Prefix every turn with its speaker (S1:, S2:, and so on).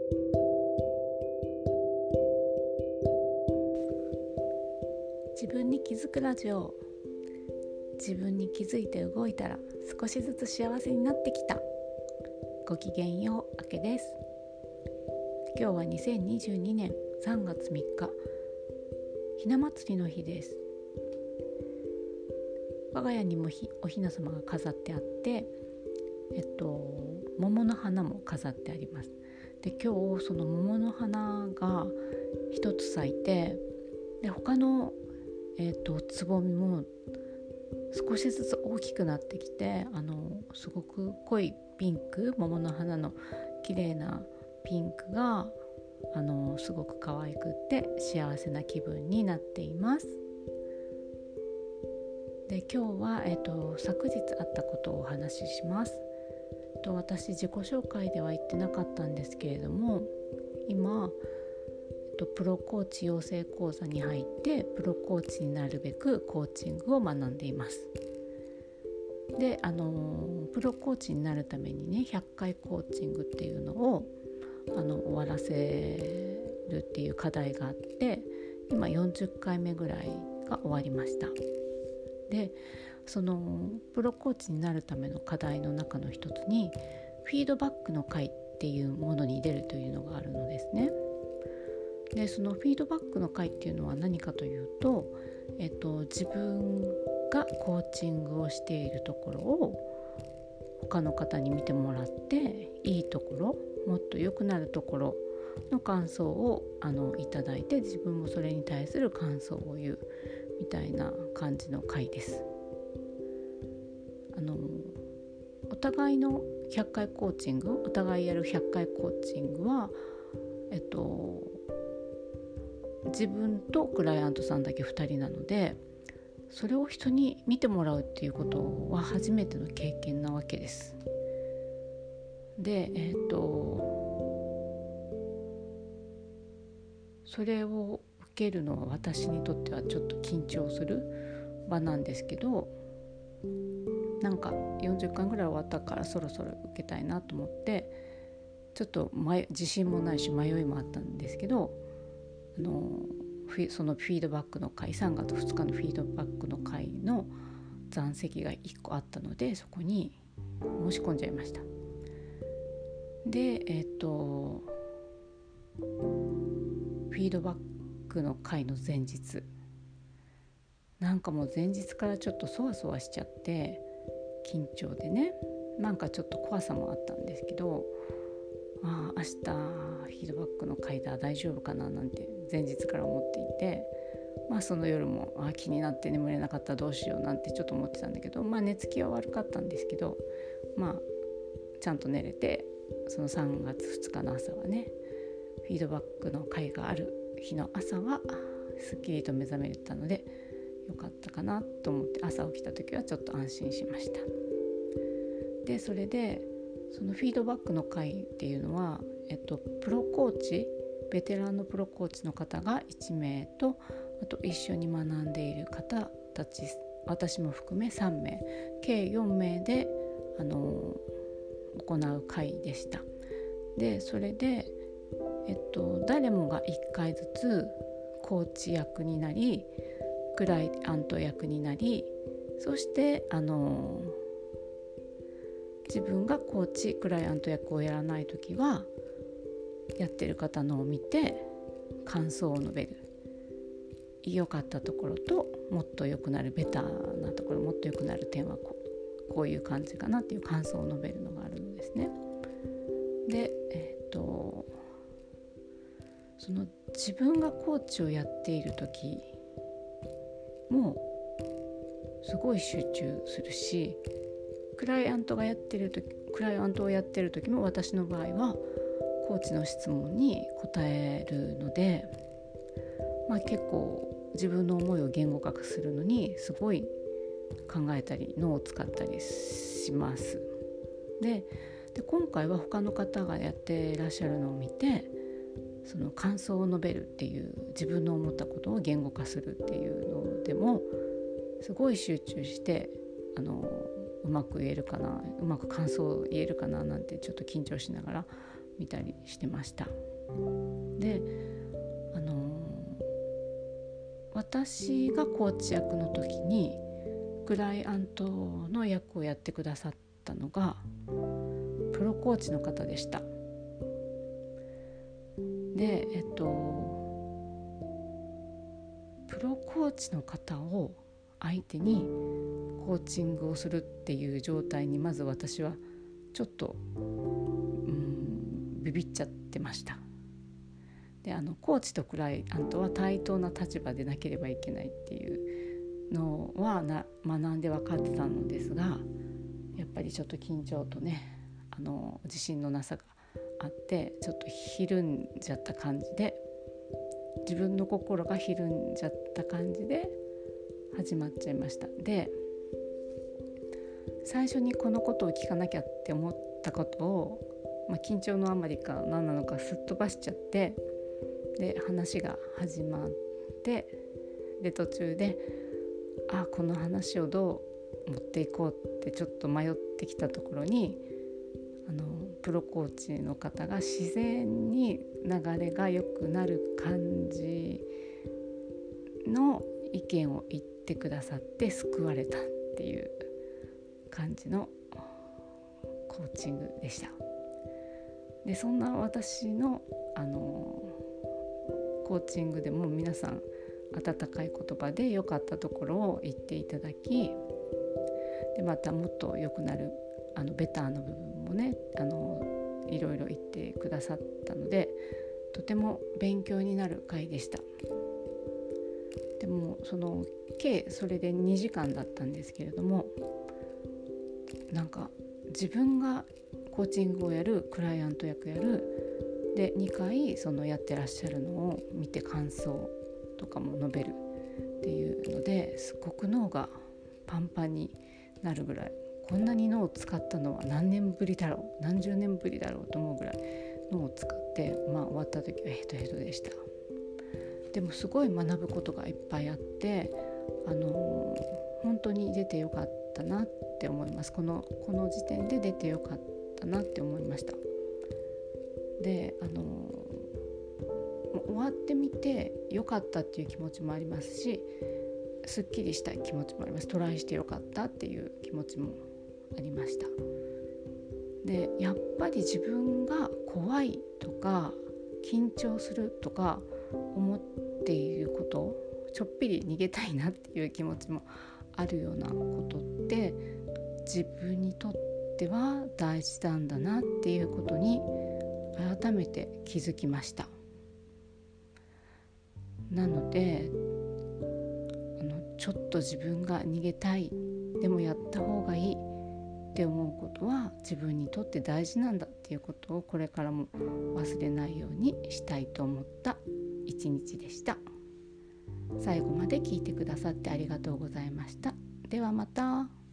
S1: 自分に気づくラジオ。自分に気づいて動いたら少しずつ幸せになってきた。ごきげんよう、あけです。今日は2022年3月3日、ひな祭りの日です。我が家にもおひな様が飾ってあって、桃の花も飾ってあります。で、今日その桃の花が一つ咲いて、で他のつぼみも少しずつ大きくなってきて、すごく濃いピンク、桃の花の綺麗なピンクがすごく可愛くって幸せな気分になっています。で、今日は、昨日あったことをお話しします。私自己紹介では言ってなかったんですけれども、今プロコーチ養成講座に入ってプロコーチになるべくコーチングを学んでいます。で、プロコーチになるためにね、100回コーチングっていうのを終わらせるっていう課題があって、今40回目ぐらいが終わりました。で、そのプロコーチになるための課題の中の一つにフィードバックの会っていうものに出るというのがあるのですね。で、そのフィードバックの会っていうのは何かというと、自分がコーチングをしているところを他の方に見てもらって、いいところ、もっと良くなるところの感想をいただいて、自分もそれに対する感想を言うみたいな感じの会です。お互いの100回コーチング、お互いやる100回コーチングは、自分とクライアントさんだけ2人なので、それを人に見てもらうっていうことは初めての経験なわけです。で、それを受けるのは私にとってはちょっと緊張する場なんですけど、なんか40回ぐらい終わったからそろそろ受けたいなと思って、ちょっと自信もないし迷いもあったんですけど、そのフィードバックの会、3月2日のフィードバックの会の残席が1個あったので、そこに申し込んじゃいました。で、フィードバックの会の前日、なんかもう前日からちょっとそわそわしちゃって、緊張でね、なんかちょっと怖さもあったんですけど、明日フィードバックの会だ、大丈夫かななんて前日から思っていて、その夜も気になって眠れなかった、どうしようなんてちょっと思ってたんだけど、寝つきは悪かったんですけど、ちゃんと寝れて、その3月2日の朝はね、フィードバックの会がある日の朝はすっきりと目覚めれたのでよかったかなと思って、朝起きた時はちょっと安心しました。で、それでそのフィードバックの会っていうのは、プロコーチ、ベテランのプロコーチの方が1名と、あと一緒に学んでいる方たち、私も含め3名、計4名で行う会でした。で、それで、誰もが1回ずつコーチ役になり、クライアント役になり、そして自分がコーチ、クライアント役をやらないときは、やってる方のを見て感想を述べる。良かったところと、もっと良くなる、ベターなところ、もっと良くなる点はこういう感じかなっていう感想を述べるのがあるんですね。で、その自分がコーチをやっている時もすごい集中するし、クライアントをやってる時も、私の場合はコーチの質問に答えるので、結構自分の思いを言語化するのにすごい考えたり脳を使ったりします。で、今回は他の方がやっていらっしゃるのを見て、その感想を述べるっていう、自分の思ったことを言語化するっていうのでもすごい集中して、うまく言えるかな、うまく感想を言えるかななんてちょっと緊張しながら見たりしてました。で、私がコーチ役の時にクライアントの役をやってくださったのがプロコーチの方でした。で、プロコーチの方を相手にコーチングをするっていう状態にまず私はちょっとビビっちゃってました。で、コーチとクライアントは対等な立場でなければいけないっていうのは学んで分かってたのですが、やっぱりちょっと緊張とね、自信のなさがあってちょっとひるんじゃった感じで、自分の心がひるんじゃった感じで始まっちゃいました。で、最初にこのことを聞かなきゃって思ったことを、緊張のあまりか何なのかすっ飛ばしちゃって、で話が始まって、で途中でこの話をどう持っていこうってちょっと迷ってきたところに、プロコーチの方が自然に流れが良くなる感じの意見を言ってくださって救われたっていう感じのコーチングでした。で、そんな私のコーチングでも皆さん温かい言葉で良かったところを言っていただき、でまたもっと良くなるベターの部分もねいろいろ言ってくださったので、とても勉強になる回でした。でも計それで2時間だったんですけれども、なんか自分がコーチングをやる、クライアント役やるで2回やってらっしゃるのを見て感想とかも述べるっていうので、すごく脳がパンパンになるぐらい、こんなに脳を使ったのは何年ぶりだろう、何十年ぶりだろうと思うぐらい脳を使って、終わった時はヘトヘトでした。でもすごい学ぶことがいっぱいあって、本当に出てよかったなって思います。この時点で出てよかったなって思いました。で、終わってみてよかったっていう気持ちもありますし、すっきりしたい気持ちもあります。トライしてよかったっていう気持ちもありました。で、やっぱり自分が怖いとか緊張するとか思っていること、ちょっぴり逃げたいなっていう気持ちもあるようなことって自分にとっては大事なんだなっていうことに改めて気づきました。なのでちょっと自分が逃げたい、でもやった方がいいって思うことは自分にとって大事なんだっていうことをこれからも忘れないようにしたいと思った一日でした。最後まで聞いてくださってありがとうございました。ではまた。